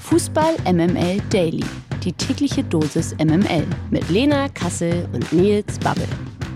Fußball MML Daily. Die tägliche Dosis MML mit Lena Kassel und Nils Babbel.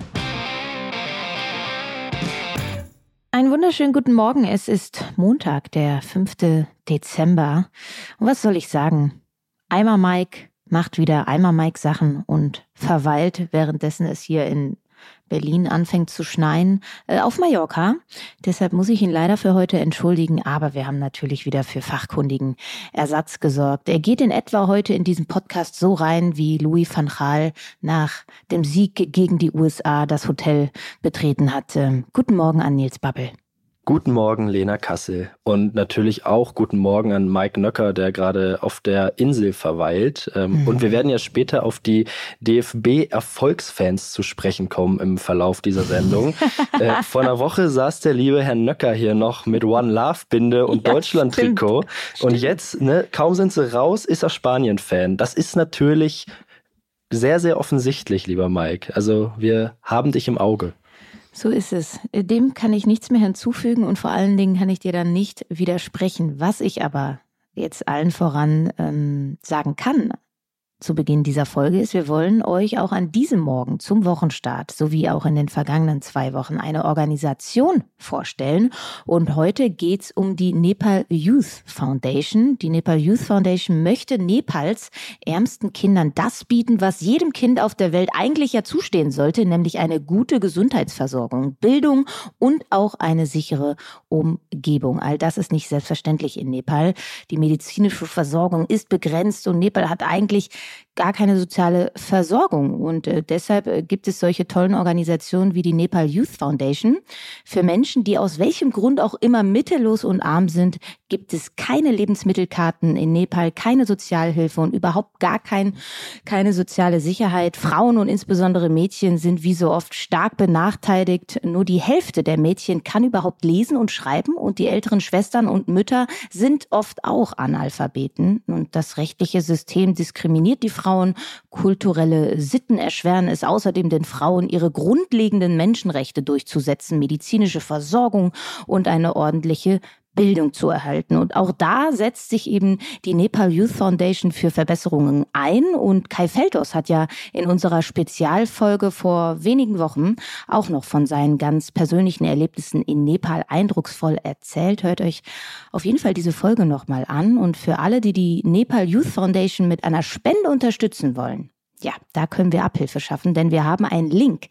Einen wunderschönen guten Morgen. Es ist Montag, der 5. Dezember. Und was soll ich sagen? Eimer Mike macht wieder Eimer Mike Sachen und verweilt, währenddessen es hier in Berlin anfängt zu schneien, auf Mallorca. Deshalb muss ich ihn leider für heute entschuldigen, aber wir haben natürlich wieder für fachkundigen Ersatz gesorgt. Er geht in etwa heute in diesem Podcast so rein, wie Louis van Gaal nach dem Sieg gegen die USA das Hotel betreten hat. Guten Morgen an Nils Babbel. Guten Morgen, Lena Kassel. Und natürlich auch guten Morgen an Mike Nöcker, der gerade auf der Insel verweilt. Und wir werden ja später auf die DFB-Erfolgsfans zu sprechen kommen im Verlauf dieser Sendung. Vor einer Woche saß der liebe Herr Nöcker hier noch mit One Love-Binde und Deutschland-Trikot. Und jetzt, kaum sind sie raus, ist er Spanien-Fan. Das ist natürlich sehr, sehr offensichtlich, lieber Mike. Also wir haben dich im Auge. So ist es. Dem kann ich nichts mehr hinzufügen und vor allen Dingen kann ich dir dann nicht widersprechen. Was ich aber jetzt allen voran sagen kann zu Beginn dieser Folge ist, wir wollen euch auch an diesem Morgen zum Wochenstart sowie auch in den vergangenen 2 Wochen eine Organisation vorstellen. Und heute geht's um die Nepal Youth Foundation. Die Nepal Youth Foundation möchte Nepals ärmsten Kindern das bieten, was jedem Kind auf der Welt eigentlich ja zustehen sollte, nämlich eine gute Gesundheitsversorgung, Bildung und auch eine sichere Umgebung. All das ist nicht selbstverständlich in Nepal. Die medizinische Versorgung ist begrenzt und Nepal hat eigentlich gar keine soziale Versorgung. Und deshalb gibt es solche tollen Organisationen wie die Nepal Youth Foundation. Für Menschen, die aus welchem Grund auch immer mittellos und arm sind, gibt es keine Lebensmittelkarten in Nepal, keine Sozialhilfe und überhaupt gar keine soziale Sicherheit. Frauen und insbesondere Mädchen sind wie so oft stark benachteiligt. Nur die Hälfte der Mädchen kann überhaupt lesen und schreiben und die älteren Schwestern und Mütter sind oft auch Analphabeten. Und das rechtliche System diskriminiert die Frauen. Kulturelle Sitten erschweren es außerdem den Frauen, ihre grundlegenden Menschenrechte durchzusetzen, medizinische Versorgung und eine ordentliche Bildung zu erhalten. Und auch da setzt sich eben die Nepal Youth Foundation für Verbesserungen ein. Und Kai Feldhaus hat ja in unserer Spezialfolge vor wenigen Wochen auch noch von seinen ganz persönlichen Erlebnissen in Nepal eindrucksvoll erzählt. Hört euch auf jeden Fall diese Folge nochmal an. Und für alle, die die Nepal Youth Foundation mit einer Spende unterstützen wollen, ja, da können wir Abhilfe schaffen, denn wir haben einen Link,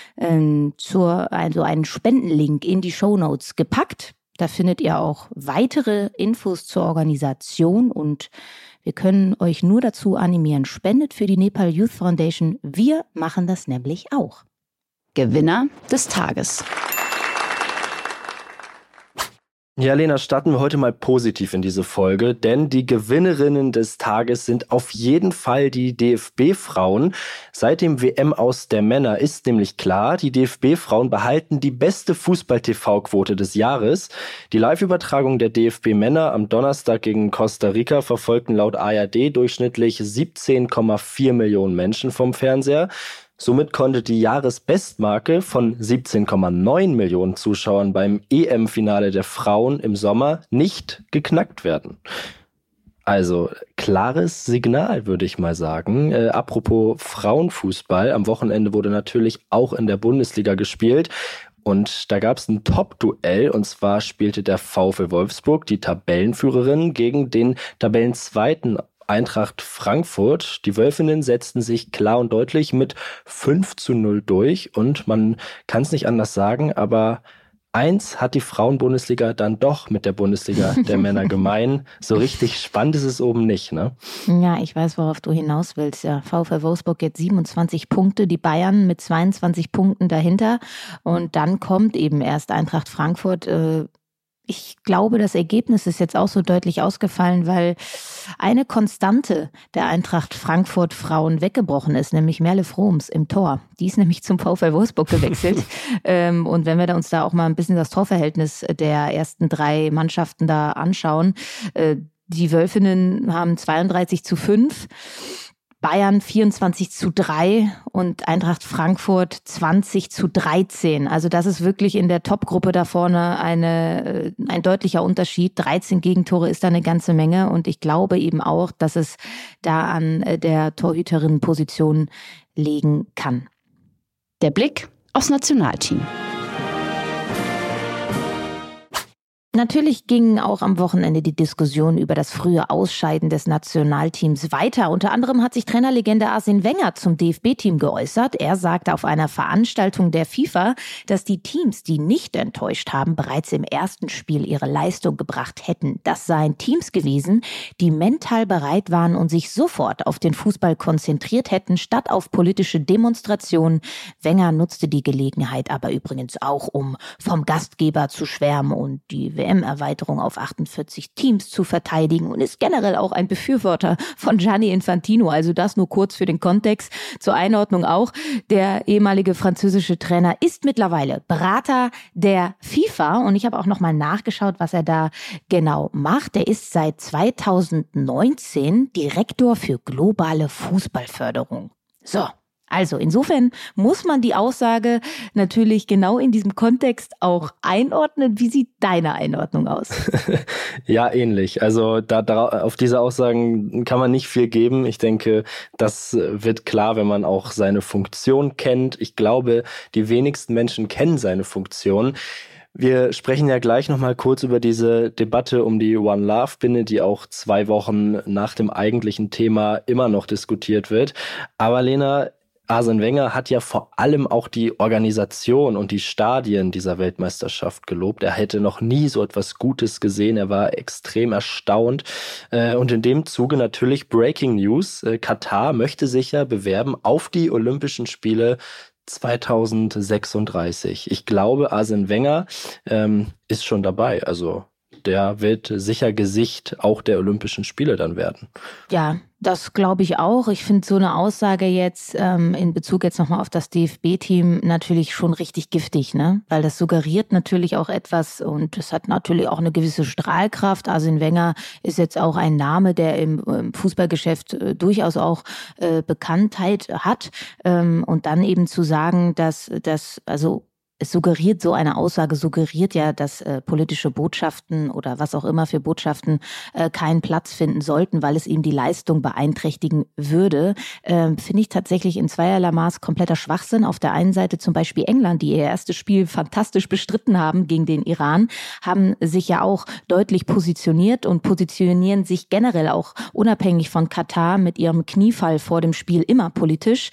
einen Spendenlink in die Shownotes gepackt. Da findet ihr auch weitere Infos zur Organisation und wir können euch nur dazu animieren, spendet für die Nepal Youth Foundation. Wir machen das nämlich auch. Gewinner des Tages. Ja, Lena, starten wir heute mal positiv in diese Folge, denn die Gewinnerinnen des Tages sind auf jeden Fall die DFB-Frauen. Seit dem WM-Aus der Männer ist nämlich klar, die DFB-Frauen behalten die beste Fußball-TV-Quote des Jahres. Die Live-Übertragung der DFB-Männer am Donnerstag gegen Costa Rica verfolgten laut ARD durchschnittlich 17,4 Millionen Menschen vom Fernseher. Somit konnte die Jahresbestmarke von 17,9 Millionen Zuschauern beim EM-Finale der Frauen im Sommer nicht geknackt werden. Also klares Signal, würde ich mal sagen. Apropos Frauenfußball, am Wochenende wurde natürlich auch in der Bundesliga gespielt. Und da gab es ein Top-Duell, und zwar spielte der VfL Wolfsburg, die Tabellenführerin, gegen den Tabellenzweiten Eintracht Frankfurt. Die Wölfinnen setzten sich klar und deutlich mit 5:0 durch und man kann es nicht anders sagen, aber eins hat die Frauenbundesliga dann doch mit der Bundesliga der Männer gemein. So richtig spannend ist es oben nicht, ne? Ja, ich weiß, worauf du hinaus willst. Ja, VfL Wolfsburg jetzt 27 Punkte, die Bayern mit 22 Punkten dahinter und dann kommt eben erst Eintracht Frankfurt. Ich glaube, das Ergebnis ist jetzt auch so deutlich ausgefallen, weil eine Konstante der Eintracht Frankfurt Frauen weggebrochen ist, nämlich Merle Froms im Tor. Die ist nämlich zum VfL Wolfsburg gewechselt. Und wenn wir uns da auch mal ein bisschen das Torverhältnis der ersten 3 Mannschaften da anschauen, die Wölfinnen haben 32:5. Bayern 24:3 und Eintracht Frankfurt 20:13. Also das ist wirklich in der Top-Gruppe da vorne ein deutlicher Unterschied. 13 Gegentore ist da eine ganze Menge und ich glaube eben auch, dass es da an der Torhüterinnenposition liegen kann. Der Blick aufs Nationalteam. Natürlich gingen auch am Wochenende die Diskussionen über das frühe Ausscheiden des Nationalteams weiter. Unter anderem hat sich Trainerlegende Arsene Wenger zum DFB-Team geäußert. Er sagte auf einer Veranstaltung der FIFA, dass die Teams, die nicht enttäuscht haben, bereits im ersten Spiel ihre Leistung gebracht hätten. Das seien Teams gewesen, die mental bereit waren und sich sofort auf den Fußball konzentriert hätten, statt auf politische Demonstrationen. Wenger nutzte die Gelegenheit aber übrigens auch, um vom Gastgeber zu schwärmen und die WM-Erweiterung auf 48 Teams zu verteidigen und ist generell auch ein Befürworter von Gianni Infantino. Also das nur kurz für den Kontext. Zur Einordnung auch. Der ehemalige französische Trainer ist mittlerweile Berater der FIFA und ich habe auch nochmal nachgeschaut, was er da genau macht. Er ist seit 2019 Direktor für globale Fußballförderung. So. Also insofern muss man die Aussage natürlich genau in diesem Kontext auch einordnen. Wie sieht deine Einordnung aus? Ja, ähnlich. Also auf diese Aussagen kann man nicht viel geben. Ich denke, das wird klar, wenn man auch seine Funktion kennt. Ich glaube, die wenigsten Menschen kennen seine Funktion. Wir sprechen ja gleich nochmal kurz über diese Debatte um die One Love-Binde, die auch 2 Wochen nach dem eigentlichen Thema immer noch diskutiert wird. Aber Lena, Arsene Wenger hat ja vor allem auch die Organisation und die Stadien dieser Weltmeisterschaft gelobt. Er hätte noch nie so etwas Gutes gesehen. Er war extrem erstaunt. Und in dem Zuge natürlich Breaking News. Katar möchte sich ja bewerben auf die Olympischen Spiele 2036. Ich glaube, Arsene Wenger ist schon dabei. Also der wird sicher Gesicht auch der Olympischen Spiele dann werden. Ja, das glaube ich auch. Ich finde so eine Aussage jetzt in Bezug jetzt nochmal auf das DFB-Team natürlich schon richtig giftig, ne? Weil das suggeriert natürlich auch etwas und es hat natürlich auch eine gewisse Strahlkraft. Arsene Wenger ist jetzt auch ein Name, der im Fußballgeschäft durchaus auch Bekanntheit hat. Und dann eben zu sagen, dass das, also es suggeriert, so eine Aussage suggeriert ja, dass politische Botschaften oder was auch immer für Botschaften keinen Platz finden sollten, weil es ihm die Leistung beeinträchtigen würde. Finde ich tatsächlich in zweierlei Maß kompletter Schwachsinn. Auf der einen Seite zum Beispiel England, die ihr erstes Spiel fantastisch bestritten haben gegen den Iran, haben sich ja auch deutlich positioniert und positionieren sich generell auch unabhängig von Katar mit ihrem Kniefall vor dem Spiel immer politisch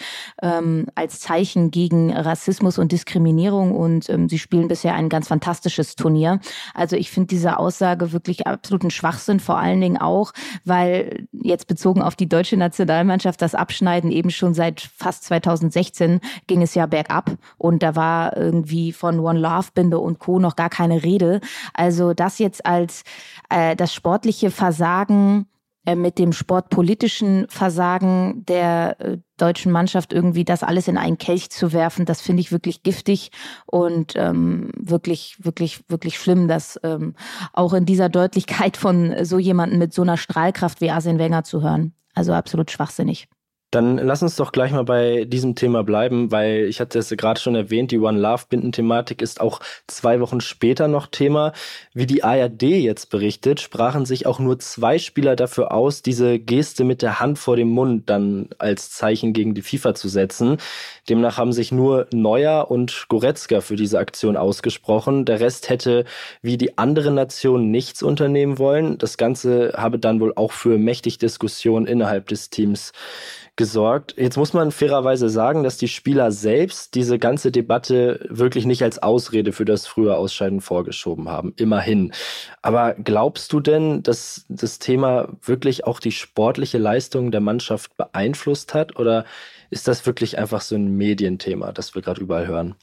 als Zeichen gegen Rassismus und Diskriminierung. Und sie spielen bisher ein ganz fantastisches Turnier. Also ich finde diese Aussage wirklich absoluten Schwachsinn, vor allen Dingen auch, weil jetzt bezogen auf die deutsche Nationalmannschaft das Abschneiden eben schon seit fast 2016 ging es ja bergab und da war irgendwie von One Love Binde und Co. noch gar keine Rede. Also das jetzt als das sportliche Versagen mit dem sportpolitischen Versagen der deutschen Mannschaft irgendwie das alles in einen Kelch zu werfen, das finde ich wirklich giftig und wirklich, wirklich, wirklich schlimm, das auch in dieser Deutlichkeit von so jemandem mit so einer Strahlkraft wie Arsene Wenger zu hören. Also absolut schwachsinnig. Dann lass uns doch gleich mal bei diesem Thema bleiben, weil ich hatte es gerade schon erwähnt, die One Love Binden-Thematik ist auch 2 Wochen später noch Thema. Wie die ARD jetzt berichtet, sprachen sich auch nur 2 Spieler dafür aus, diese Geste mit der Hand vor dem Mund dann als Zeichen gegen die FIFA zu setzen. Demnach haben sich nur Neuer und Goretzka für diese Aktion ausgesprochen. Der Rest hätte wie die anderen Nationen nichts unternehmen wollen. Das Ganze habe dann wohl auch für mächtig Diskussionen innerhalb des Teams gesorgt. Jetzt muss man fairerweise sagen, dass die Spieler selbst diese ganze Debatte wirklich nicht als Ausrede für das frühe Ausscheiden vorgeschoben haben. Immerhin. Aber glaubst du denn, dass das Thema wirklich auch die sportliche Leistung der Mannschaft beeinflusst hat? Oder ist das wirklich einfach so ein Medienthema, das wir gerade überall hören?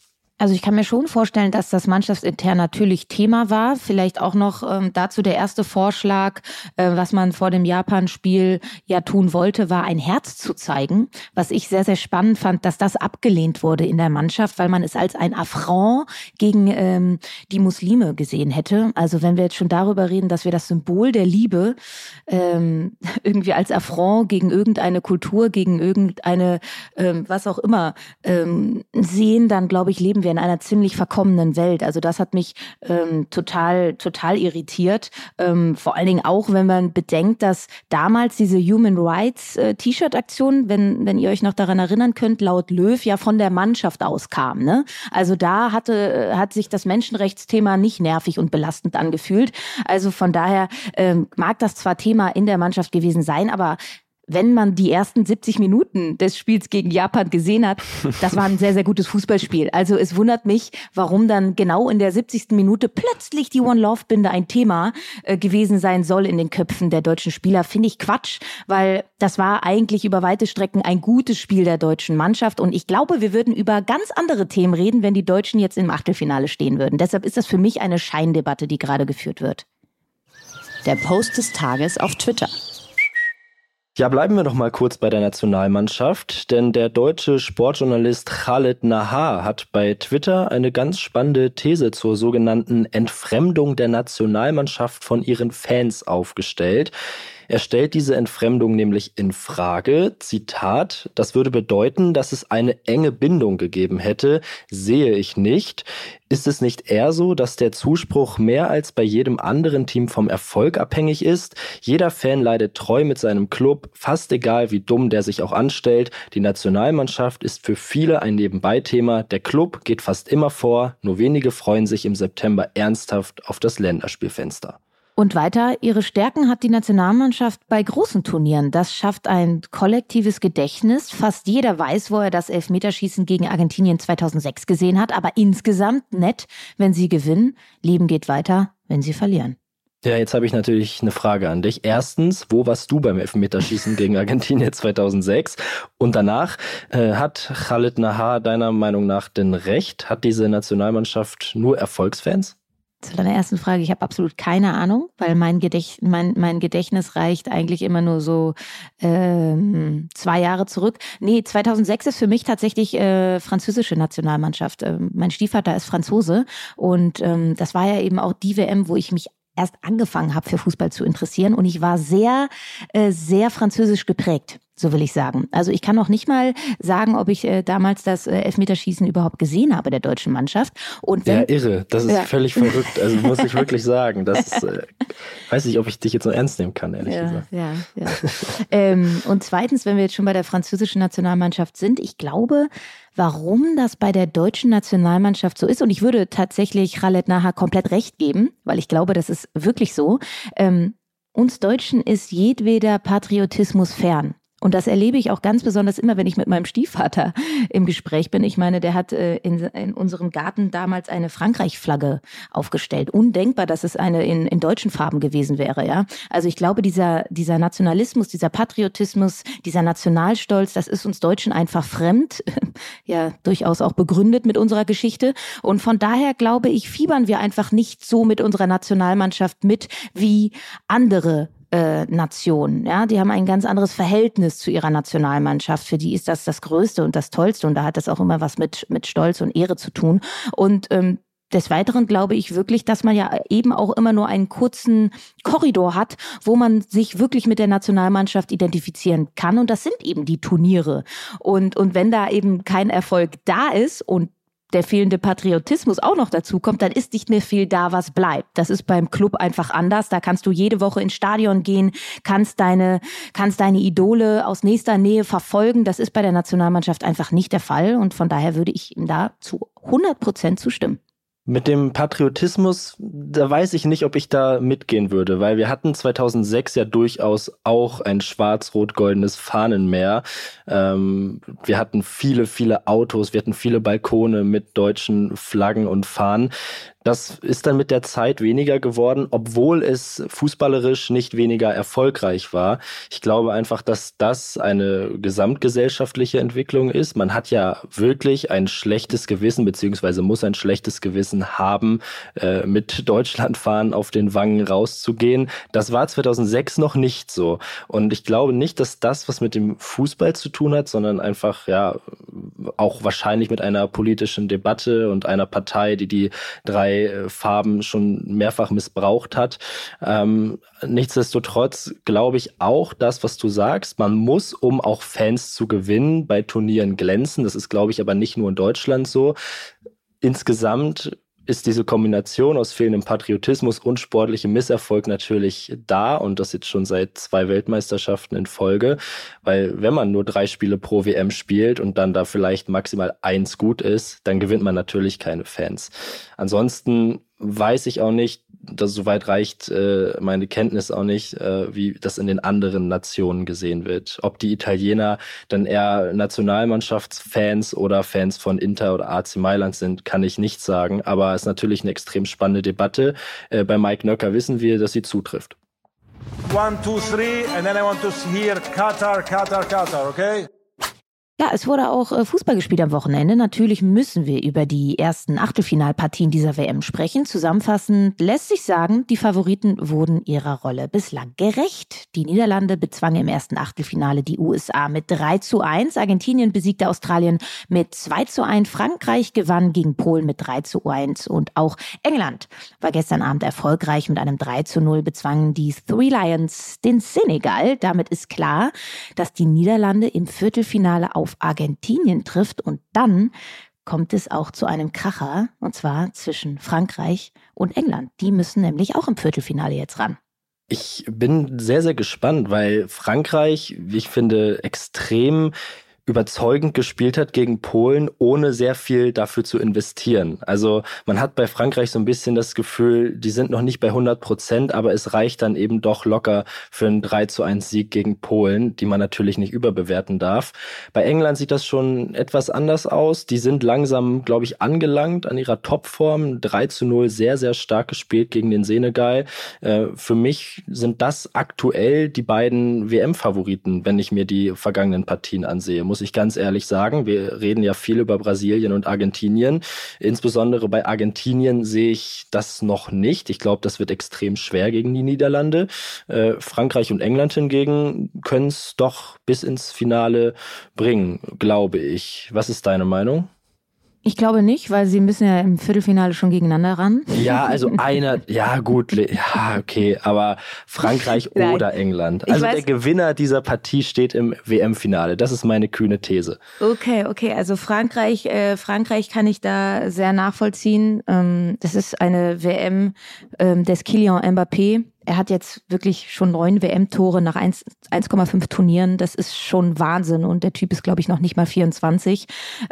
Also ich kann mir schon vorstellen, dass das mannschaftsintern natürlich Thema war. Vielleicht auch noch dazu der erste Vorschlag, was man vor dem Japan-Spiel ja tun wollte, war ein Herz zu zeigen. Was ich sehr, sehr spannend fand, dass das abgelehnt wurde in der Mannschaft, weil man es als ein Affront gegen die Muslime gesehen hätte. Also wenn wir jetzt schon darüber reden, dass wir das Symbol der Liebe irgendwie als Affront gegen irgendeine Kultur, gegen irgendeine was auch immer sehen, dann glaube ich, leben wir in einer ziemlich verkommenen Welt. Also das hat mich total irritiert. Vor allen Dingen auch, wenn man bedenkt, dass damals diese Human Rights T-Shirt-Aktion, wenn ihr euch noch daran erinnern könnt, laut Löw ja von der Mannschaft auskam. Ne? Also da hat sich das Menschenrechtsthema nicht nervig und belastend angefühlt. Also von daher mag das zwar Thema in der Mannschaft gewesen sein, aber wenn man die ersten 70 Minuten des Spiels gegen Japan gesehen hat, das war ein sehr, sehr gutes Fußballspiel. Also es wundert mich, warum dann genau in der 70. Minute plötzlich die One-Love-Binde ein Thema gewesen sein soll in den Köpfen der deutschen Spieler. Finde ich Quatsch, weil das war eigentlich über weite Strecken ein gutes Spiel der deutschen Mannschaft. Und ich glaube, wir würden über ganz andere Themen reden, wenn die Deutschen jetzt im Achtelfinale stehen würden. Deshalb ist das für mich eine Scheindebatte, die gerade geführt wird. Der Post des Tages auf Twitter. Ja, bleiben wir doch mal kurz bei der Nationalmannschaft, denn der deutsche Sportjournalist Khaled Nahar hat bei Twitter eine ganz spannende These zur sogenannten Entfremdung der Nationalmannschaft von ihren Fans aufgestellt. Er stellt diese Entfremdung nämlich in Frage. Zitat: Das würde bedeuten, dass es eine enge Bindung gegeben hätte. Sehe ich nicht. Ist es nicht eher so, dass der Zuspruch mehr als bei jedem anderen Team vom Erfolg abhängig ist? Jeder Fan leidet treu mit seinem Club, fast egal, wie dumm der sich auch anstellt. Die Nationalmannschaft ist für viele ein Nebenbei-Thema. Der Club geht fast immer vor. Nur wenige freuen sich im September ernsthaft auf das Länderspielfenster. Und weiter, ihre Stärken hat die Nationalmannschaft bei großen Turnieren. Das schafft ein kollektives Gedächtnis. Fast jeder weiß, wo er das Elfmeterschießen gegen Argentinien 2006 gesehen hat. Aber insgesamt nett, wenn sie gewinnen. Leben geht weiter, wenn sie verlieren. Ja, jetzt habe ich natürlich eine Frage an dich. Erstens, wo warst du beim Elfmeterschießen gegen Argentinien 2006? Und danach, hat Khaled Nahar deiner Meinung nach denn recht? Hat diese Nationalmannschaft nur Erfolgsfans? Zu deiner ersten Frage, ich habe absolut keine Ahnung, weil mein Gedächtnis reicht eigentlich immer nur so 2 Jahre zurück. Nee, 2006 ist für mich tatsächlich französische Nationalmannschaft. Mein Stiefvater ist Franzose und das war ja eben auch die WM, wo ich mich erst angefangen habe, für Fußball zu interessieren. Und ich war sehr, sehr französisch geprägt, so will ich sagen. Also ich kann noch nicht mal sagen, ob ich damals das Elfmeterschießen überhaupt gesehen habe der deutschen Mannschaft. Und wenn, ja, irre. Das ist völlig verrückt. Also muss ich wirklich sagen. Das weiß nicht, ob ich dich jetzt noch ernst nehmen kann, ehrlich gesagt. Ja. Und zweitens, wenn wir jetzt schon bei der französischen Nationalmannschaft sind, ich glaube, warum das bei der deutschen Nationalmannschaft so ist, und ich würde tatsächlich Khaled Nahar komplett recht geben, weil ich glaube, das ist wirklich so, uns Deutschen ist jedweder Patriotismus fern. Und das erlebe ich auch ganz besonders immer, wenn ich mit meinem Stiefvater im Gespräch bin. Ich meine, der hat in unserem Garten damals eine Frankreich-Flagge aufgestellt. Undenkbar, dass es eine in deutschen Farben gewesen wäre. Ja, also ich glaube, dieser Nationalismus, dieser Patriotismus, dieser Nationalstolz, das ist uns Deutschen einfach fremd. Ja, durchaus auch begründet mit unserer Geschichte. Und von daher glaube ich, fiebern wir einfach nicht so mit unserer Nationalmannschaft mit wie andere Nation. Ja, die haben ein ganz anderes Verhältnis zu ihrer Nationalmannschaft. Für die ist das Größte und das Tollste und da hat das auch immer was mit Stolz und Ehre zu tun. Und des Weiteren glaube ich wirklich, dass man ja eben auch immer nur einen kurzen Korridor hat, wo man sich wirklich mit der Nationalmannschaft identifizieren kann. Und das sind eben die Turniere. Und wenn da eben kein Erfolg da ist und der fehlende Patriotismus auch noch dazu kommt, dann ist nicht mehr viel da, was bleibt. Das ist beim Club einfach anders. Da kannst du jede Woche ins Stadion gehen, kannst deine Idole aus nächster Nähe verfolgen. Das ist bei der Nationalmannschaft einfach nicht der Fall. Und von daher würde ich ihm da zu 100% zustimmen. Mit dem Patriotismus, da weiß ich nicht, ob ich da mitgehen würde, weil wir hatten 2006 ja durchaus auch ein schwarz-rot-goldenes Fahnenmeer. Wir hatten viele, viele Autos, wir hatten viele Balkone mit deutschen Flaggen und Fahnen. Das ist dann mit der Zeit weniger geworden, obwohl es fußballerisch nicht weniger erfolgreich war. Ich glaube einfach, dass das eine gesamtgesellschaftliche Entwicklung ist. Man hat ja wirklich ein schlechtes Gewissen, beziehungsweise muss ein schlechtes Gewissen haben, mit Deutschlandfahnen auf den Wangen rauszugehen. Das war 2006 noch nicht so. Und ich glaube nicht, dass das was mit dem Fußball zu tun hat, sondern einfach ja auch wahrscheinlich mit einer politischen Debatte und einer Partei, die 3 Farben schon mehrfach missbraucht hat. Nichtsdestotrotz glaube ich auch das, was du sagst. Man muss, um auch Fans zu gewinnen, bei Turnieren glänzen. Das ist, glaube ich, aber nicht nur in Deutschland so. Insgesamt ist diese Kombination aus fehlendem Patriotismus und sportlichem Misserfolg natürlich da und das jetzt schon seit 2 Weltmeisterschaften in Folge, weil wenn man nur 3 Spiele pro WM spielt und dann da vielleicht maximal 1 gut ist, dann gewinnt man natürlich keine Fans. Ansonsten weiß ich auch nicht, soweit reicht meine Kenntnis auch nicht, wie das in den anderen Nationen gesehen wird. Ob die Italiener dann eher Nationalmannschaftsfans oder Fans von Inter oder AC Mailand sind, kann ich nicht sagen. Aber es ist natürlich eine extrem spannende Debatte. Bei Mike Nöcker wissen wir, dass sie zutrifft. 1, 2, 3 and then I want to hear Qatar, okay? Ja, es wurde auch Fußball gespielt am Wochenende. Natürlich müssen wir über die ersten Achtelfinalpartien dieser WM sprechen. Zusammenfassend lässt sich sagen, die Favoriten wurden ihrer Rolle bislang gerecht. Die Niederlande bezwangen im ersten Achtelfinale die USA mit 3:1. Argentinien besiegte Australien mit 2:1. Frankreich gewann gegen Polen mit 3:1. Und auch England war gestern Abend erfolgreich. Mit einem 3:0 bezwangen die Three Lions den Senegal. Damit ist klar, dass die Niederlande im Viertelfinale auf Argentinien trifft und dann kommt es auch zu einem Kracher, und zwar zwischen Frankreich und England. Die müssen nämlich auch im Viertelfinale jetzt ran. Ich bin sehr, sehr gespannt, weil Frankreich, wie ich finde, extrem überzeugend gespielt hat gegen Polen, ohne sehr viel dafür zu investieren. Also man hat bei Frankreich so ein bisschen das Gefühl, die sind noch nicht bei 100%, aber es reicht dann eben doch locker für einen 3:1 Sieg gegen Polen, die man natürlich nicht überbewerten darf. Bei England sieht das schon etwas anders aus. Die sind langsam, glaube ich, angelangt an ihrer Topform. 3:0 sehr, sehr stark gespielt gegen den Senegal. Für mich sind das aktuell die beiden WM-Favoriten, wenn ich mir die vergangenen Partien ansehe, muss ich ganz ehrlich sagen. Wir reden ja viel über Brasilien und Argentinien. Insbesondere bei Argentinien sehe ich das noch nicht. Ich glaube, das wird extrem schwer gegen die Niederlande. Frankreich und England hingegen können es doch bis ins Finale bringen, glaube ich. Was ist deine Meinung? Ich glaube nicht, weil sie müssen ja im Viertelfinale schon gegeneinander ran. Ja, also ja gut, ja okay, aber Frankreich oder England. Also der Gewinner dieser Partie steht im WM-Finale. Das ist meine kühne These. Okay, also Frankreich kann ich da sehr nachvollziehen. Das ist eine WM des Kylian Mbappé. Er hat jetzt wirklich schon 9 WM-Tore nach 1,5 Turnieren. Das ist schon Wahnsinn. Und der Typ ist, glaube ich, noch nicht mal 24.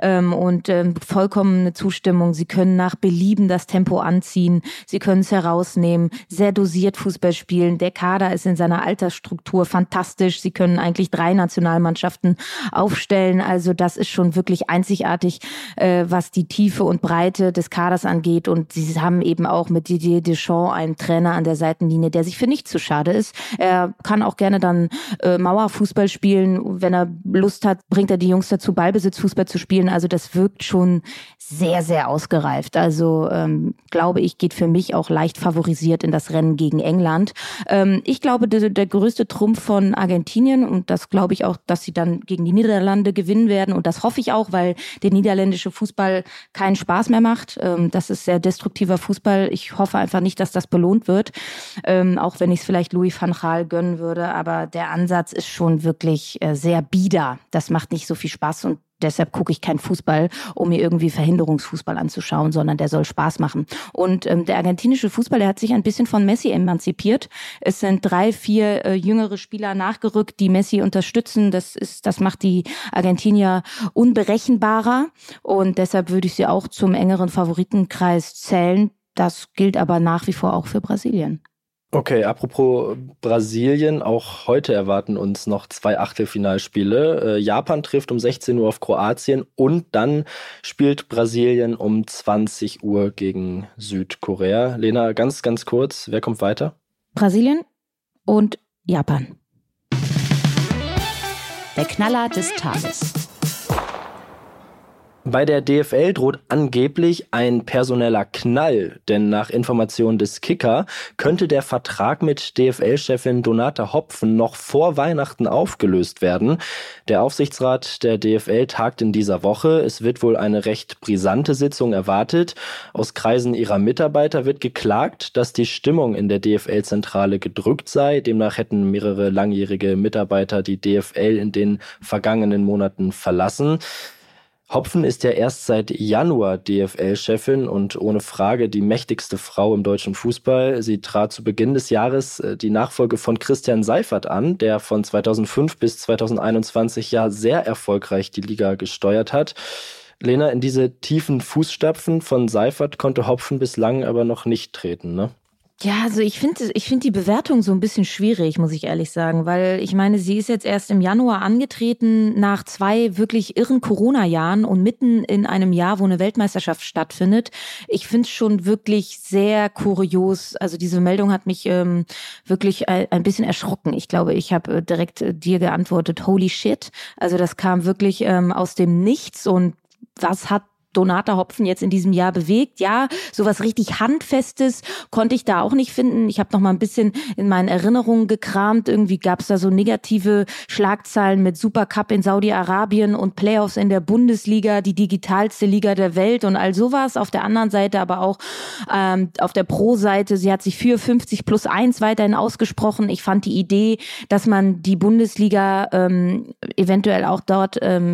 Vollkommene Zustimmung. Sie können nach Belieben das Tempo anziehen. Sie können es herausnehmen. Sehr dosiert Fußball spielen. Der Kader ist in seiner Altersstruktur fantastisch. Sie können eigentlich 3 Nationalmannschaften aufstellen. Also das ist schon wirklich einzigartig, was die Tiefe und Breite des Kaders angeht. Und sie haben eben auch mit Didier Deschamps einen Trainer an der Seitenlinie, der sich für nichts zu schade ist. Er kann auch gerne dann Mauerfußball spielen. Wenn er Lust hat, bringt er die Jungs dazu, Ballbesitzfußball zu spielen. Also das wirkt schon sehr, sehr ausgereift. Also glaube ich, geht für mich auch leicht favorisiert in das Rennen gegen England. Ich glaube, der größte Trumpf von Argentinien, und das glaube ich auch, dass sie dann gegen die Niederlande gewinnen werden, und das hoffe ich auch, weil der niederländische Fußball keinen Spaß mehr macht. Das ist sehr destruktiver Fußball. Ich hoffe einfach nicht, dass das belohnt wird. Auch wenn ich es vielleicht Louis van Gaal gönnen würde, aber der Ansatz ist schon wirklich sehr bieder. Das macht nicht so viel Spaß und deshalb gucke ich keinen Fußball, um mir irgendwie Verhinderungsfußball anzuschauen, sondern der soll Spaß machen. Und der argentinische Fußball, der hat sich ein bisschen von Messi emanzipiert. Es sind 3, 4 jüngere Spieler nachgerückt, die Messi unterstützen. Das macht die Argentinier unberechenbarer und deshalb würde ich sie auch zum engeren Favoritenkreis zählen. Das gilt aber nach wie vor auch für Brasilien. Okay, apropos Brasilien, auch heute erwarten uns noch 2 Achtelfinalspiele. Japan trifft um 16 Uhr auf Kroatien und dann spielt Brasilien um 20 Uhr gegen Südkorea. Lena, ganz, ganz kurz, wer kommt weiter? Brasilien und Japan. Der Knaller des Tages. Bei der DFL droht angeblich ein personeller Knall, denn nach Informationen des Kicker könnte der Vertrag mit DFL-Chefin Donata Hopfen noch vor Weihnachten aufgelöst werden. Der Aufsichtsrat der DFL tagt in dieser Woche. Es wird wohl eine recht brisante Sitzung erwartet. Aus Kreisen ihrer Mitarbeiter wird geklagt, dass die Stimmung in der DFL-Zentrale gedrückt sei. Demnach hätten mehrere langjährige Mitarbeiter die DFL in den vergangenen Monaten verlassen. Hopfen ist ja erst seit Januar DFL-Chefin und ohne Frage die mächtigste Frau im deutschen Fußball. Sie trat zu Beginn des Jahres die Nachfolge von Christian Seifert an, der von 2005 bis 2021 ja sehr erfolgreich die Liga gesteuert hat. Lena, in diese tiefen Fußstapfen von Seifert konnte Hopfen bislang aber noch nicht treten, ne? Ja, also ich finde die Bewertung so ein bisschen schwierig, muss ich ehrlich sagen, weil ich meine, sie ist jetzt erst im Januar angetreten nach 2 wirklich irren Corona-Jahren und mitten in einem Jahr, wo eine Weltmeisterschaft stattfindet. Ich finde es schon wirklich sehr kurios. Also diese Meldung hat mich wirklich ein bisschen erschrocken. Ich glaube, ich habe direkt dir geantwortet, holy shit. Also das kam wirklich aus dem Nichts und was hat Donata Hopfen jetzt in diesem Jahr bewegt. Ja, sowas richtig Handfestes konnte ich da auch nicht finden. Ich habe noch mal ein bisschen in meinen Erinnerungen gekramt. Irgendwie gab es da so negative Schlagzeilen mit Supercup in Saudi-Arabien und Playoffs in der Bundesliga, die digitalste Liga der Welt und all sowas. Auf der anderen Seite aber auch auf der Pro-Seite, sie hat sich für 50+1 weiterhin ausgesprochen. Ich fand die Idee, dass man die Bundesliga eventuell auch dort an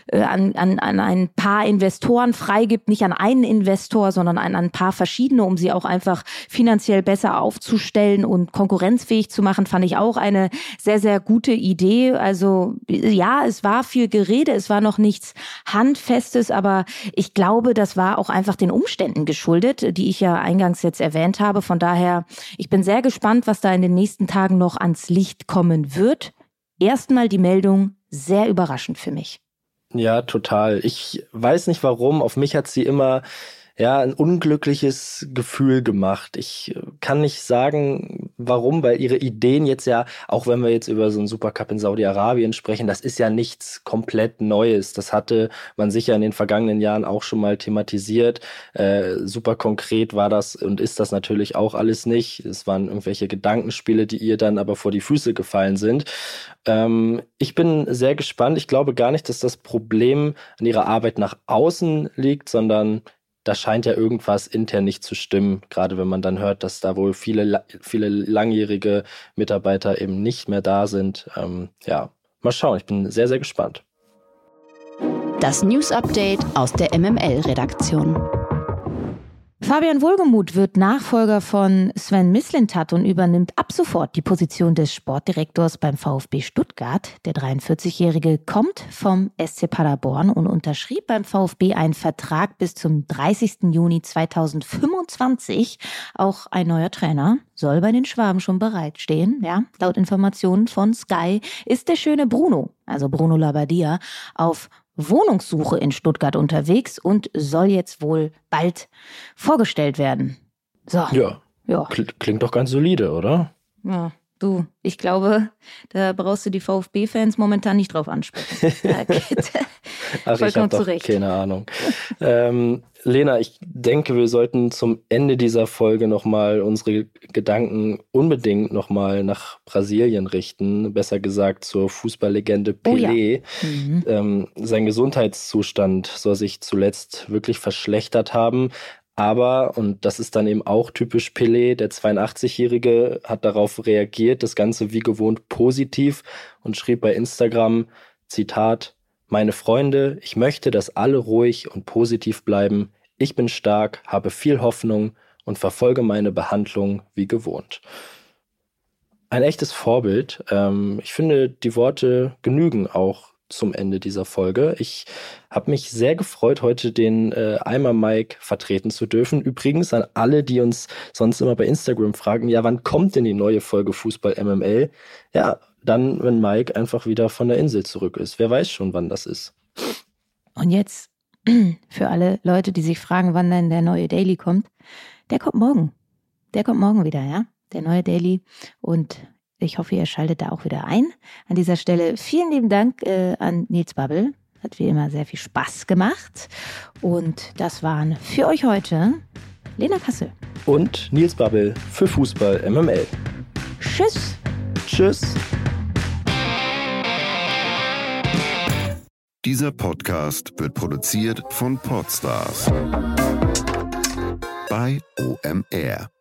ein paar Investoren freigibt, nicht an einen Investor, sondern an ein paar verschiedene, um sie auch einfach finanziell besser aufzustellen und konkurrenzfähig zu machen, fand ich auch eine sehr, sehr gute Idee. Also ja, es war viel Gerede, es war noch nichts Handfestes, aber ich glaube, das war auch einfach den Umständen geschuldet, die ich ja eingangs jetzt erwähnt habe. Von daher, ich bin sehr gespannt, was da in den nächsten Tagen noch ans Licht kommen wird. Erstmal die Meldung, sehr überraschend für mich. Ja, total. Ich weiß nicht warum. Auf mich hat sie immer ein unglückliches Gefühl gemacht. Ich kann nicht sagen, warum, weil ihre Ideen jetzt ja, auch wenn wir jetzt über so einen Supercup in Saudi-Arabien sprechen, das ist ja nichts komplett Neues. Das hatte man sicher in den vergangenen Jahren auch schon mal thematisiert. Super konkret war das und ist das natürlich auch alles nicht. Es waren irgendwelche Gedankenspiele, die ihr dann aber vor die Füße gefallen sind. Ich bin sehr gespannt. Ich glaube gar nicht, dass das Problem an ihrer Arbeit nach außen liegt, sondern da scheint ja irgendwas intern nicht zu stimmen, gerade wenn man dann hört, dass da wohl viele langjährige Mitarbeiter eben nicht mehr da sind. Mal schauen, ich bin sehr, sehr gespannt. Das News-Update aus der MML-Redaktion. Fabian Wohlgemuth wird Nachfolger von Sven Mislintat und übernimmt ab sofort die Position des Sportdirektors beim VfB Stuttgart. Der 43-Jährige kommt vom SC Paderborn und unterschrieb beim VfB einen Vertrag bis zum 30. Juni 2025. Auch ein neuer Trainer soll bei den Schwaben schon bereitstehen. Ja, laut Informationen von Sky ist der schöne Bruno, also Bruno Labbadia, auf Wohnungssuche in Stuttgart unterwegs und soll jetzt wohl bald vorgestellt werden. So. Ja. Klingt doch ganz solide, oder? Ja, du, ich glaube, da brauchst du die VfB-Fans momentan nicht drauf ansprechen. Ach, ich habe doch keine Ahnung. Lena, ich denke, wir sollten zum Ende dieser Folge nochmal unsere Gedanken unbedingt nochmal nach Brasilien richten. Besser gesagt zur Fußballlegende Pelé. Oh ja. Sein Gesundheitszustand soll sich zuletzt wirklich verschlechtert haben. Aber, und das ist dann eben auch typisch Pelé, der 82-Jährige hat darauf reagiert, das Ganze wie gewohnt positiv und schrieb bei Instagram, Zitat, meine Freunde, ich möchte, dass alle ruhig und positiv bleiben. Ich bin stark, habe viel Hoffnung und verfolge meine Behandlung wie gewohnt. Ein echtes Vorbild. Ich finde, die Worte genügen auch zum Ende dieser Folge. Ich habe mich sehr gefreut, heute den Eimer Mike vertreten zu dürfen. Übrigens an alle, die uns sonst immer bei Instagram fragen, ja, wann kommt denn die neue Folge Fußball MML? Ja, dann, wenn Mike einfach wieder von der Insel zurück ist. Wer weiß schon, wann das ist. Und jetzt für alle Leute, die sich fragen, wann denn der neue Daily kommt, der kommt morgen. Der kommt morgen wieder, ja? Der neue Daily. Und ich hoffe, ihr schaltet da auch wieder ein. An dieser Stelle vielen lieben Dank an Nils Babbel. Hat wie immer sehr viel Spaß gemacht. Und das waren für euch heute Lena Kassel und Nils Babbel für Fußball MML. Tschüss. Tschüss. Dieser Podcast wird produziert von Podstars bei OMR.